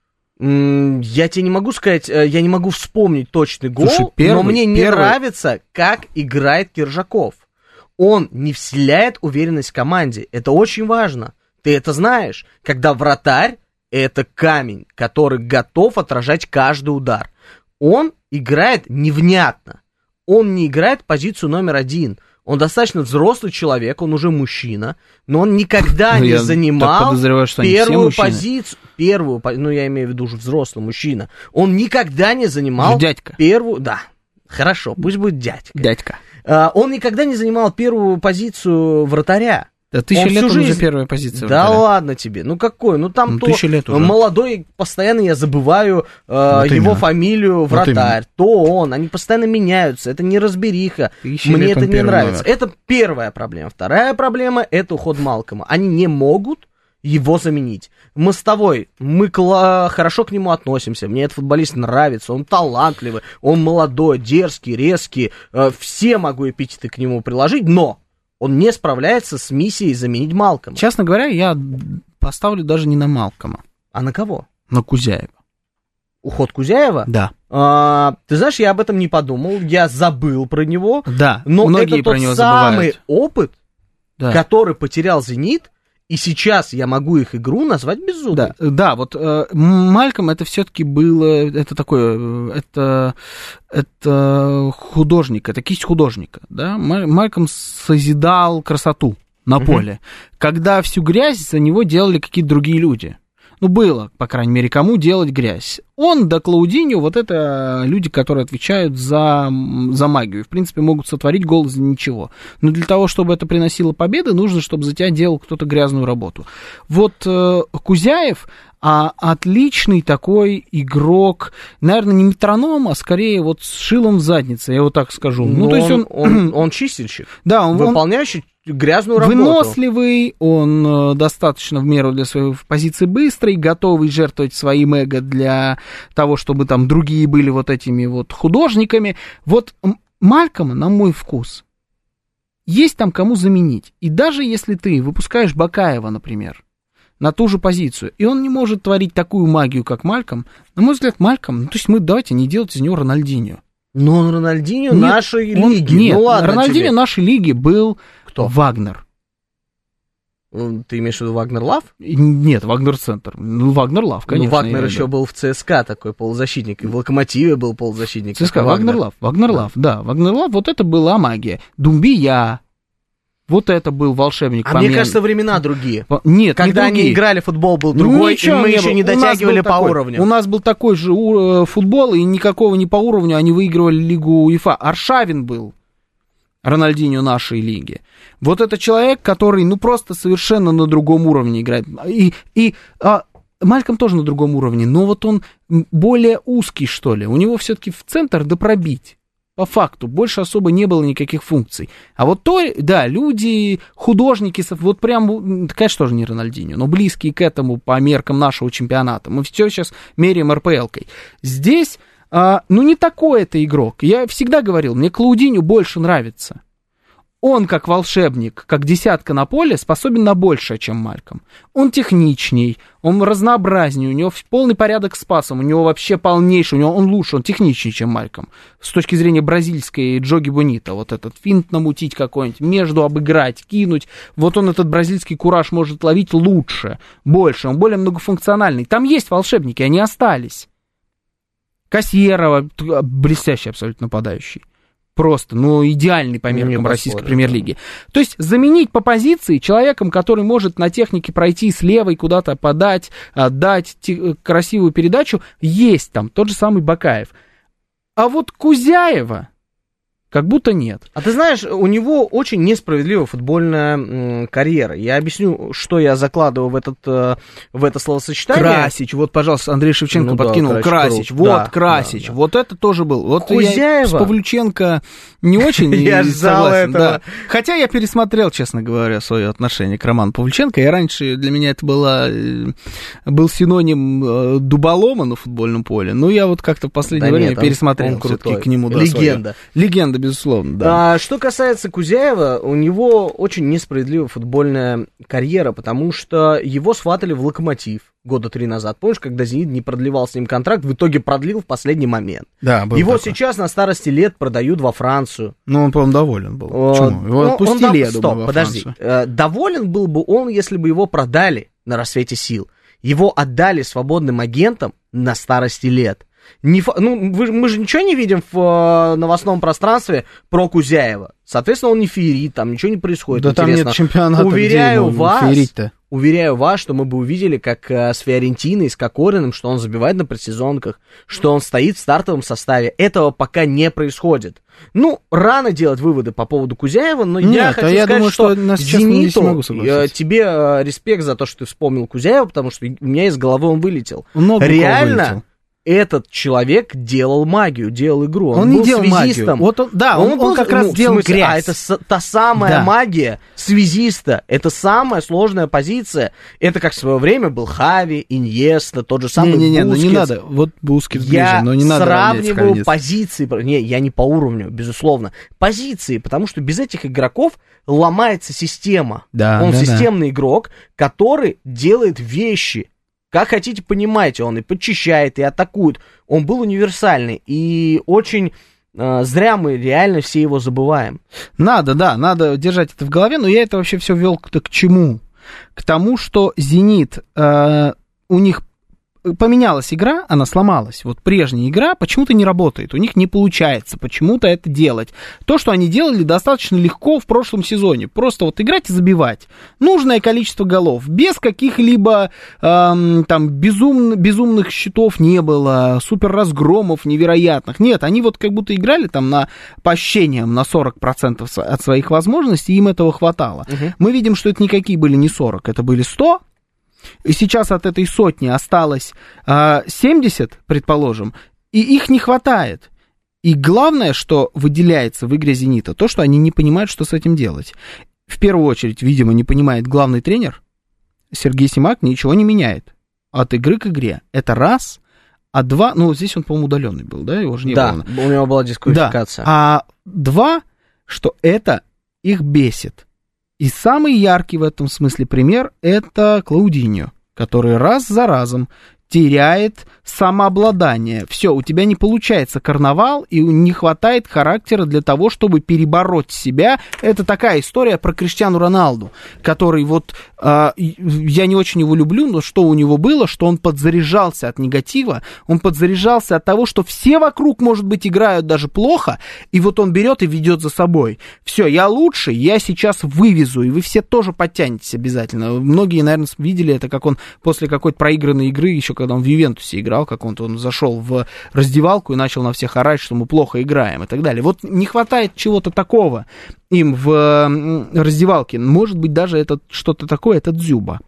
Я тебе не могу сказать, я не могу вспомнить точный гол, но мне не нравится, как играет Киржаков. Он не вселяет уверенность в команде, это очень важно. Ты это знаешь, когда вратарь — это камень, который готов отражать каждый удар. Он играет невнятно, он не играет позицию номер 1. Он достаточно взрослый человек, он уже мужчина, но он никогда не занимал первую позицию. Ну, я имею в виду уже взрослый мужчина. Он никогда не занимал первую... Да, хорошо, пусть будет дядька. Он никогда не занимал первую позицию вратаря. Да 1000 лет уже первая позиция. Да ладно тебе, ну какой? Ну там то молодой, постоянно я забываю его фамилию, вратарь, то он, они постоянно меняются, это неразбериха, мне это не нравится. Это первая проблема. Вторая проблема — это уход Малкома. Они не могут его заменить. Мостовой, мы хорошо к нему относимся, мне этот футболист нравится, он талантливый, он молодой, дерзкий, резкий, все могу эпитеты к нему приложить, но он не справляется с миссией заменить Малкома. Честно говоря, я поставлю даже не на Малкома. А на кого? На Кузяева. Уход Кузяева? Да. Ты знаешь, я об этом не подумал, я забыл про него. Да, но многие это про него самый забывают. Опыт, который потерял «Зенит», и сейчас я могу их игру назвать беззубой. Да, вот Малком это все-таки было, это такое, это художник, это кисть художника, да. Малком созидал красоту на поле, когда всю грязь за него делали какие-то другие люди. Ну, было, по крайней мере, кому делать грязь. Он да Клаудиньо, вот это люди, которые отвечают за магию. В принципе, могут сотворить гол из ничего. Но для того, чтобы это приносило победы, нужно, чтобы за тебя делал кто-то грязную работу. Вот Кузяев отличный такой игрок, наверное, не метроном, а скорее вот с шилом в заднице, я вот так скажу. Ну, то есть он чистильщик, да, он выполняющий грязную работу. Выносливый, он достаточно в меру для своей позиции быстрый, готовый жертвовать своим эго для того, чтобы там другие были вот этими вот художниками. Вот Малкома, на мой вкус, есть там кому заменить. И даже если ты выпускаешь Бакаева, например, на ту же позицию, и он не может творить такую магию, как Малком, на мой взгляд, Малком, ну, то есть мы давайте не делать из него Рональдиньо. Но он Рональдиньо нашей лиги. Нет, ну, ладно Рональдиньо нашей лиги был кто? Вагнер. Ты имеешь в виду Вагнер Лав? Нет, Вагнер Центр. Ну, Вагнер Лав, конечно. Ну, Вагнер еще был в ЦСКА такой полузащитник, и в Локомотиве был полузащитник. ЦСКА, Вагнер Лав, да, Вагнер Лав, вот это была магия. Думбия, вот это был волшебник. Мне кажется, времена другие. Нет, когда не другие. они играли, футбол был другой, и мы еще не дотягивали по уровню. У нас был такой же футбол, и никакого не по уровню, они выигрывали Лигу УЕФА. Аршавин был Рональдиньо нашей лиги. Вот это человек, который, ну, просто совершенно на другом уровне играет. И Малком тоже на другом уровне, но вот он более узкий, что ли. У него все-таки в центр пробить. По факту, больше особо не было никаких функций. А вот то, да, люди, художники, вот прям, конечно, тоже не Рональдиньо, но близкие к этому по меркам нашего чемпионата. Мы все сейчас меряем РПЛ-кой. Здесь, ну, не такой это игрок. Я всегда говорил, мне Клаудиньо больше нравится. Он, как волшебник, как десятка на поле, способен на большее, чем Малком. Он техничней, он разнообразнее, у него полный порядок с пасом, у него вообще полнейший, он лучше, он техничнее, чем Малком. С точки зрения бразильской Джоги Бонита, вот этот финт намутить какой-нибудь, между обыграть, кинуть, вот он этот бразильский кураж может ловить лучше, больше, он более многофункциональный. Там есть волшебники, они остались. Кассиерова, блестящий абсолютно нападающий. Просто, идеальный по меркам российской премьер-лиги. То есть заменить по позиции человеком, который может на технике пройти с левой куда-то подать, отдать красивую передачу, есть там тот же самый Бакаев. А вот Кузяева как будто нет. А ты знаешь, у него очень несправедливая футбольная карьера. Я объясню, что я закладываю в это словосочетание. Красич, вот, пожалуйста, Андрей Шевченко подкинул. Красич, вот, да, Красич, да. Вот это тоже был. Вот Кузяева. Я с Павлюченко не очень согласен. Да. Хотя я пересмотрел, честно говоря, свое отношение к Роману Павлюченко. И раньше для меня это был синоним дуболома на футбольном поле. Но я вот как-то в последнее время пересмотрел все-таки к нему. Легенда. Легенда, безусловно, да. Что касается Кузяева, у него очень несправедливая футбольная карьера, потому что его сватали в «Локомотив» года 3 назад. Помнишь, когда «Зенит» не продлевал с ним контракт, в итоге продлил в последний момент. Да, был его такой. Сейчас на старости лет продают во Францию. Он, по-моему, доволен был. Почему? Его отпустили, я думаю, во Францию. Доволен был бы он, если бы его продали на рассвете сил. Его отдали свободным агентам на старости лет. Мы же ничего не видим в новостном пространстве про Кузяева. Соответственно, он не феерит, там ничего не происходит. Да интересно. Там нет чемпионата, Уверяю вас, что мы бы увидели, как с Фиорентиной, с Кокориным, что он забивает на предсезонках, что он стоит в стартовом составе. Этого пока не происходит. Рано делать выводы по поводу Кузяева, но я хочу сказать, думаю, что «Зениту» тебе респект за то, что ты вспомнил Кузяева, потому что у меня из головы он вылетел. Реально? Вылетел. Этот человек делал магию, делал игру. Он не делал связистом. Магию. Он как раз делал грязь. Это та самая магия связиста. Это самая сложная позиция. Это как в свое время был Хави, Иньеста, тот же самый Бускетс. Не надо. Вот Бускетс ближе, но не надо. Я сравниваю позиции. Я не по уровню, безусловно. Позиции, потому что без этих игроков ломается система. Он системный игрок, который делает вещи. Как хотите, понимаете, он и подчищает, и атакует. Он был универсальный, и очень зря мы реально все его забываем. Надо держать это в голове, но я это вообще все вел к чему? К тому, что «Зенит», у них поменялась игра, она сломалась. Вот прежняя игра почему-то не работает, у них не получается почему-то это делать. То, что они делали достаточно легко в прошлом сезоне. Просто вот играть и забивать. Нужное количество голов. Без каких-либо безумных счетов не было, суперразгромов невероятных. Нет, они вот как будто играли там по ощущениям на 40% от своих возможностей, им этого хватало. Мы видим, что это никакие были не 40, это были 100. И сейчас от этой сотни осталось 70, предположим, и их не хватает. И главное, что выделяется в игре «Зенита», то, что они не понимают, что с этим делать. В первую очередь, видимо, не понимает главный тренер. Сергей Симак ничего не меняет от игры к игре. Это раз. А два, здесь он, по-моему, удаленный был, да? Его же не было. Да, у него была дисквалификация. Да. А два, что это их бесит. И самый яркий в этом смысле пример – это Клаудиньо, который раз за разом теряет самообладание. Все, у тебя не получается карнавал, и не хватает характера для того, чтобы перебороть себя. Это такая история про Криштиану Роналду, который я не очень его люблю, но что у него было, что он подзаряжался от негатива, он подзаряжался от того, что все вокруг, может быть, играют даже плохо, и вот он берет и ведет за собой. Все, я лучший, я сейчас вывезу, и вы все тоже подтянетесь обязательно. Многие, наверное, видели это, как он после какой-то проигранной игры, еще когда он в Ювентусе играл, как он зашел в раздевалку и начал на всех орать, что мы плохо играем и так далее. Вот не хватает чего-то такого им в раздевалке. Может быть, даже это что-то такое, это Дзюба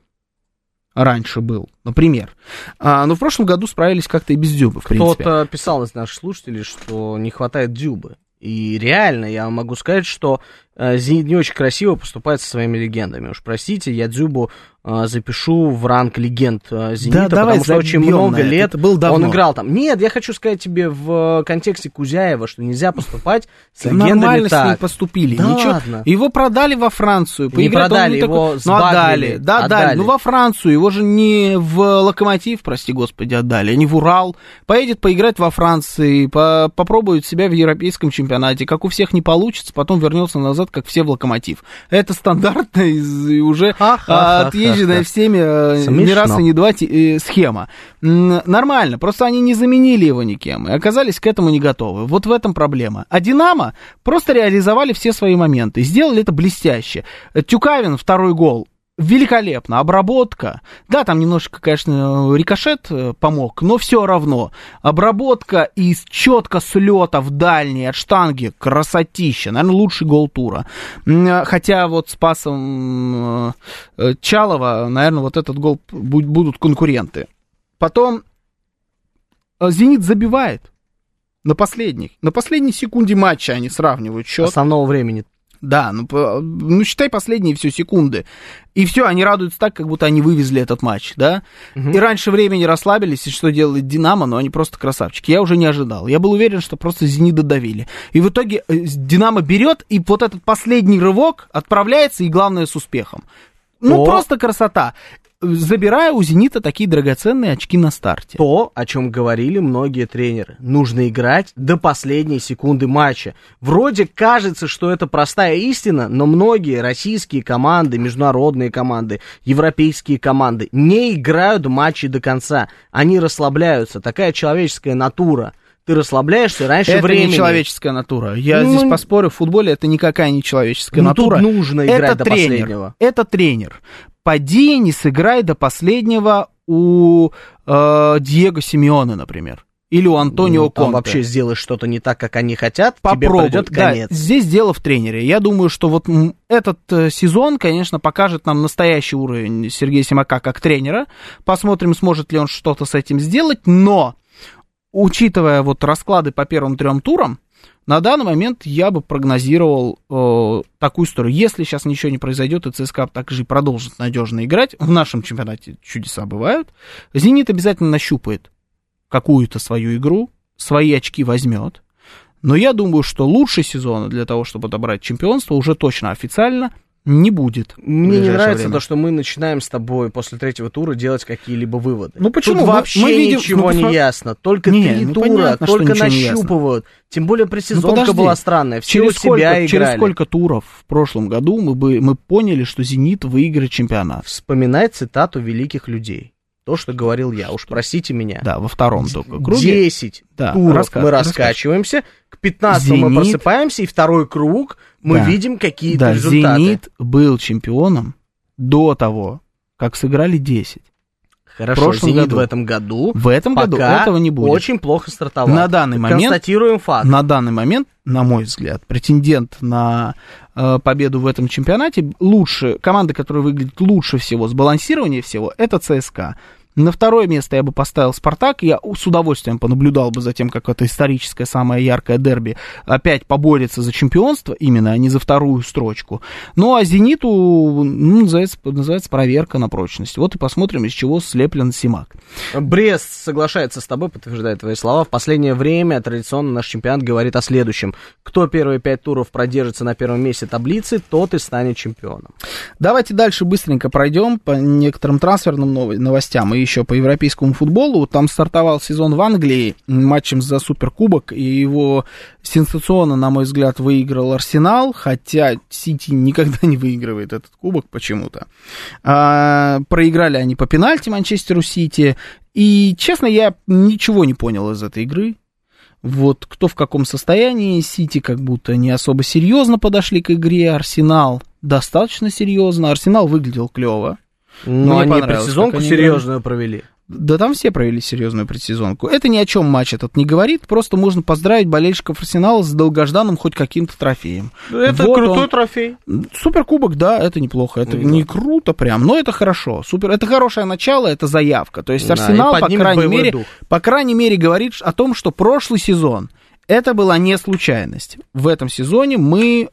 раньше был, например. Но в прошлом году справились как-то и без Дзюбы, в принципе. Кто-то писал из наших слушателей, что не хватает Дзюбы. И реально, я могу сказать, что «Зенит» не очень красиво поступает со своими легендами. Уж простите, я Дзюбу запишу в ранг легенд «Зенита», потому что очень много лет он играл там. Нет, я хочу сказать тебе в контексте Кузяева, что нельзя поступать с легендами нормально так. с ним поступили. Да ничего. Ладно. Его продали во Францию. Не продали, его сбагрили. Отдали. Во Францию. Его же не в «Локомотив», прости господи, отдали, а не в «Урал». Поедет поиграть во Франции, попробует себя в европейском чемпионате. Как у всех не получится, потом вернется назад сделать, как все в Локомотив. Это стандартная уже отъезженная всеми не раз и не два схема. Нормально, просто они не заменили его никем и оказались к этому не готовы. Вот в этом проблема. А «Динамо» просто реализовали все свои моменты и сделали это блестяще. Тюкавин, второй гол. Великолепно, обработка. Да, там немножко, конечно, рикошет помог, но все равно. Обработка и четко с лета в дальний от штанги. Красотища. Наверное, лучший гол тура. Хотя вот с пасом Чалова, наверное, вот этот гол будут конкуренты. Потом «Зенит» забивает на последней секунде матча они сравнивают счет. Основного времени. Да, ну считай последние все секунды. И все, они радуются так, как будто они вывезли этот матч, да? Угу. И раньше времени расслабились, и что делает «Динамо», но они просто красавчики. Я уже не ожидал. Я был уверен, что просто «Зенит» додавили. И в итоге «Динамо» берет, и вот этот последний рывок отправляется, и главное, с успехом. Ну, просто красота. Забирая у «Зенита» такие драгоценные очки на старте. То, о чем говорили многие тренеры. Нужно играть до последней секунды матча. Вроде кажется, что это простая истина, но многие российские команды, международные команды, европейские команды не играют матчи до конца. Они расслабляются. Такая человеческая натура. Ты расслабляешься раньше времени. Это не человеческая натура. Я здесь поспорю, в футболе это никакая не человеческая натура. Тут нужно играть до последнего. Это тренер. Поди не сыграй до последнего у Диего Симеоне, например. Или у Антонио Конте. Вообще сделаешь что-то не так, как они хотят, тебе придет конец. Да, здесь дело в тренере. Я думаю, что вот этот сезон, конечно, покажет нам настоящий уровень Сергея Симака как тренера. Посмотрим, сможет ли он что-то с этим сделать. Но, учитывая вот расклады по первым 3 турам, на данный момент я бы прогнозировал такую историю. Если сейчас ничего не произойдет, и ЦСКА так же продолжит надежно играть, в нашем чемпионате чудеса бывают, «Зенит» обязательно нащупает какую-то свою игру, свои очки возьмет. Но я думаю, что лучше сезона для того, чтобы отобрать чемпионство, уже точно официально не будет. Мне не нравится то, что мы начинаем с тобой после 3-го тура делать какие-либо выводы. Ну почему? Тут вообще мы видим, ничего не ясно. Только 3 тура, понятно, только нащупывают. Тем более предсезонка была странная. Все у себя играли. Через сколько туров в прошлом году мы поняли, что «Зенит» выиграет чемпионат? Вспоминай цитату великих людей. То, что говорил я, уж простите меня. Да, во втором только круге. 10 туров мы раскачиваемся, к 15 мы просыпаемся, и второй круг мы видим какие-то результаты. «Зенит» был чемпионом до того, как сыграли 10. Хорошо, «Зенит» в этом году этого не будет. Очень плохо стартовал. На данный момент, констатируем факт. На данный момент, на мой взгляд, претендент на победу в этом чемпионате команда, которая выглядит лучше всего, сбалансированнее всего, это ЦСКА. На второе место я бы поставил «Спартак». Я с удовольствием понаблюдал бы за тем, как это историческое самое яркое дерби опять поборется за чемпионство, именно, а не за вторую строчку. Ну, а «Зениту» называется проверка на прочность. Вот и посмотрим, из чего слеплен Симак. Брест соглашается с тобой, подтверждает твои слова. В последнее время традиционно наш чемпионат говорит о следующем. Кто первые 5 туров продержится на первом месте таблицы, тот и станет чемпионом. Давайте дальше быстренько пройдем по некоторым трансферным новостям и еще по европейскому футболу. Там стартовал сезон в Англии матчем за Суперкубок, и его сенсационно, на мой взгляд, выиграл Арсенал, хотя Сити никогда не выигрывает этот кубок почему-то. Проиграли они по пенальти Манчестеру Сити, и, честно, я ничего не понял из этой игры. Вот кто в каком состоянии, Сити как будто не особо серьезно подошли к игре, Арсенал достаточно серьезно, Арсенал выглядел клево. Но они предсезонку серьезную провели. Да там все провели серьезную предсезонку. Это ни о чем матч этот не говорит, просто можно поздравить болельщиков Арсенала с долгожданным хоть каким-то трофеем. Это вот крутой трофей. Суперкубок, да, это неплохо. Это не круто прям, но это хорошо. Это хорошее начало, это заявка. То есть Арсенал, по крайней мере, говорит о том, что прошлый сезон это была не случайность. В этом сезоне мы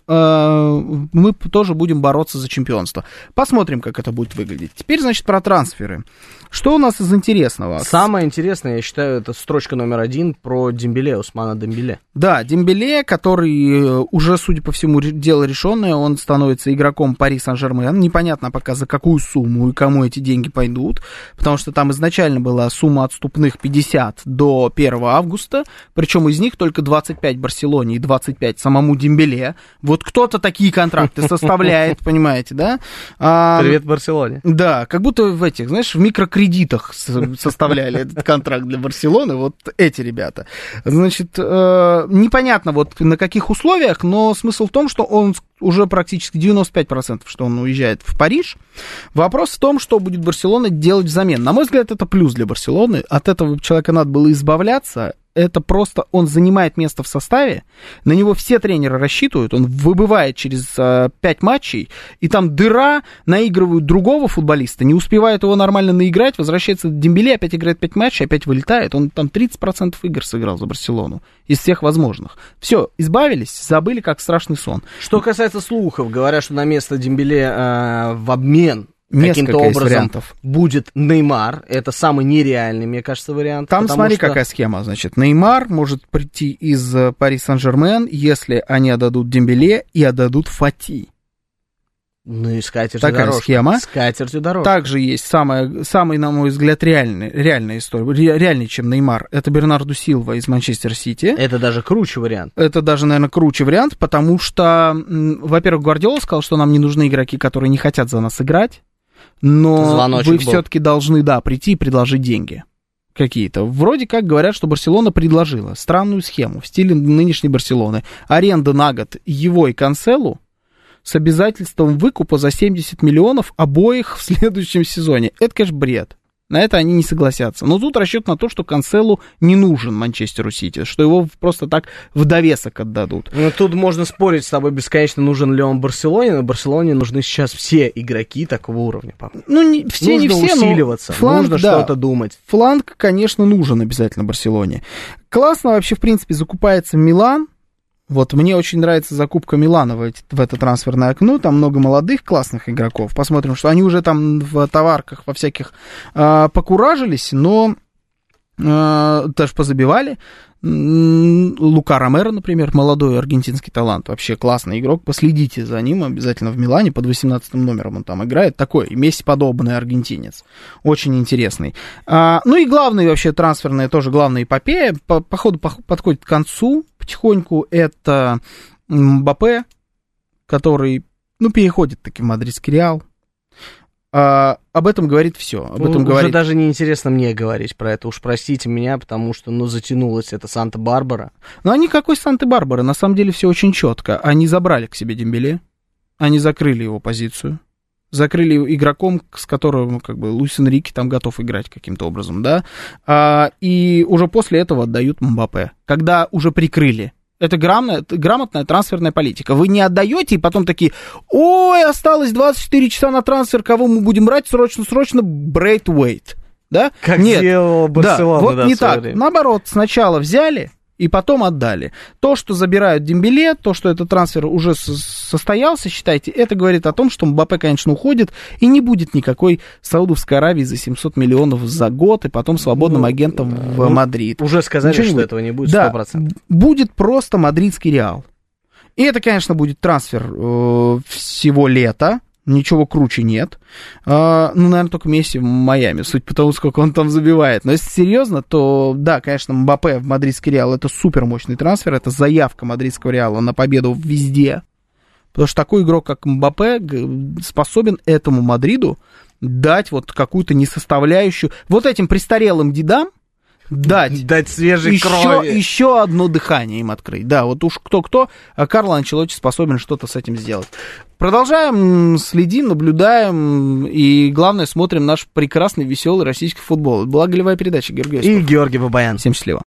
тоже будем бороться за чемпионство. Посмотрим, как это будет выглядеть. Теперь, значит, про трансферы. Что у нас из интересного? Самое интересное, я считаю, это строчка номер 1 про Дембеле, Усмана Дембеле. Да, Дембеле, который уже, судя по всему, дело решенное, он становится игроком Пари Сен-Жермен. Непонятно пока за какую сумму и кому эти деньги пойдут, потому что там изначально была сумма отступных 50 до 1 августа, причем из них только 25 Барселоне и 25 самому Дембеле. Вот кто-то такие контракты составляет, понимаете, да? Привет Барселоне. Да, как будто в этих, знаешь, в микрокредитах составляли этот контракт для Барселоны, вот эти ребята. Значит, непонятно вот на каких условиях, но смысл в том, что он уже практически 95%, что он уезжает в Париж. Вопрос в том, что будет Барселона делать взамен. На мой взгляд, это плюс для Барселоны. От этого человека надо было избавляться. Это просто он занимает место в составе, на него все тренеры рассчитывают, он выбывает через 5 матчей, и там дыра, наигрывают другого футболиста, не успевает его нормально наиграть, возвращается Дембеле, опять играет 5 матчей, опять вылетает, он там 30% игр сыграл за Барселону, из всех возможных. Все, избавились, забыли, как страшный сон. Что касается слухов, говорят, что на место Дембеле в обмен каким-то образом будет Неймар. Это самый нереальный, мне кажется, вариант. Там смотри, какая схема. Значит, Неймар может прийти из Пари Сен-Жермен, если они отдадут Дембеле и отдадут Фати. Ну и скатертью такая дорожка. Схема. Скатертью дорожка. Также есть самый, на мой взгляд, реальная история. Реальнее, чем Неймар. Это Бернарду Силва из Манчестер Сити. Это даже круче вариант. Это даже, наверное, круче вариант, потому что, во-первых, Гвардиола сказал, что нам не нужны игроки, которые не хотят за нас играть. Но звоночек вы все-таки должны, прийти и предложить деньги какие-то. Вроде как говорят, что Барселона предложила странную схему в стиле нынешней Барселоны. Аренда на год его и Канселу с обязательством выкупа за 70 миллионов обоих в следующем сезоне. Это, конечно, бред. На это они не согласятся. Но тут расчет на то, что Канселу не нужен Манчестеру Сити, что его просто так в довесок отдадут. Ну, тут можно спорить с тобой бесконечно, нужен ли он Барселоне, но Барселоне нужны сейчас все игроки такого уровня. Ну, не все, нужно усиливаться, фланг, нужно что-то думать. Фланг, конечно, нужен обязательно Барселоне. Классно вообще, в принципе, закупается Милан. Вот мне очень нравится закупка Милана в это трансферное окно. Там много молодых классных игроков. Посмотрим, что они уже там в товарках во всяких покуражились, но даже позабивали. Лука Ромеро, например, молодой аргентинский талант, вообще классный игрок, последите за ним обязательно в Милане, под 18 номером он там играет, такой Месси подобный аргентинец, очень интересный. Ну и главный вообще трансферная, тоже главная эпопея, по ходу подходит к концу потихоньку, это Мбаппе, который, переходит таки в мадридский Реал. Об этом говорит все. Уже даже неинтересно мне говорить про это. Уж простите меня, потому что, затянулась эта Санта-Барбара. Никакой Санта-Барбары. На самом деле все очень четко. Они забрали к себе Дембеле, они закрыли его позицию, закрыли игроком, с которым Луис Энрике там готов играть каким-то образом, да. И уже после этого отдают Мбаппе, когда уже прикрыли. Это грамотная трансферная политика. Вы не отдаете, и потом такие: ой, осталось 24 часа на трансфер, кого мы будем брать? Срочно, Брейтвейт. Да? Как делала Барселона. Да, вот не так. Время. Наоборот, сначала взяли, и потом отдали. То, что забирают Дембеле, то, что этот трансфер уже состоялся, считайте, это говорит о том, что Мбаппе, конечно, уходит, и не будет никакой Саудовской Аравии за 700 миллионов за год, и потом свободным агентом в Мадрид. Уже сказали, что этого не будет 100%. Да, будет просто мадридский Реал. И это, конечно, будет трансфер всего лета. Ничего круче нет. Наверное, только Месси в Майами, суть по тому, сколько он там забивает. Но если серьезно, то, да, конечно, Мбаппе в мадридский Реал — это супер мощный трансфер, это заявка мадридского Реала на победу везде. Потому что такой игрок, как Мбаппе, способен этому Мадриду дать вот какую-то несоставляющую, вот этим престарелым дедам, дать свежей крови. Еще одно дыхание им открыть. Да, вот уж кто-кто, а Карло Анчелотти способен что-то с этим сделать. Продолжаем, следим, наблюдаем и, главное, смотрим наш прекрасный, веселый российский футбол. Это была голевая передача. Георгий Осипов и Георгий Бабаян. Всем счастливо.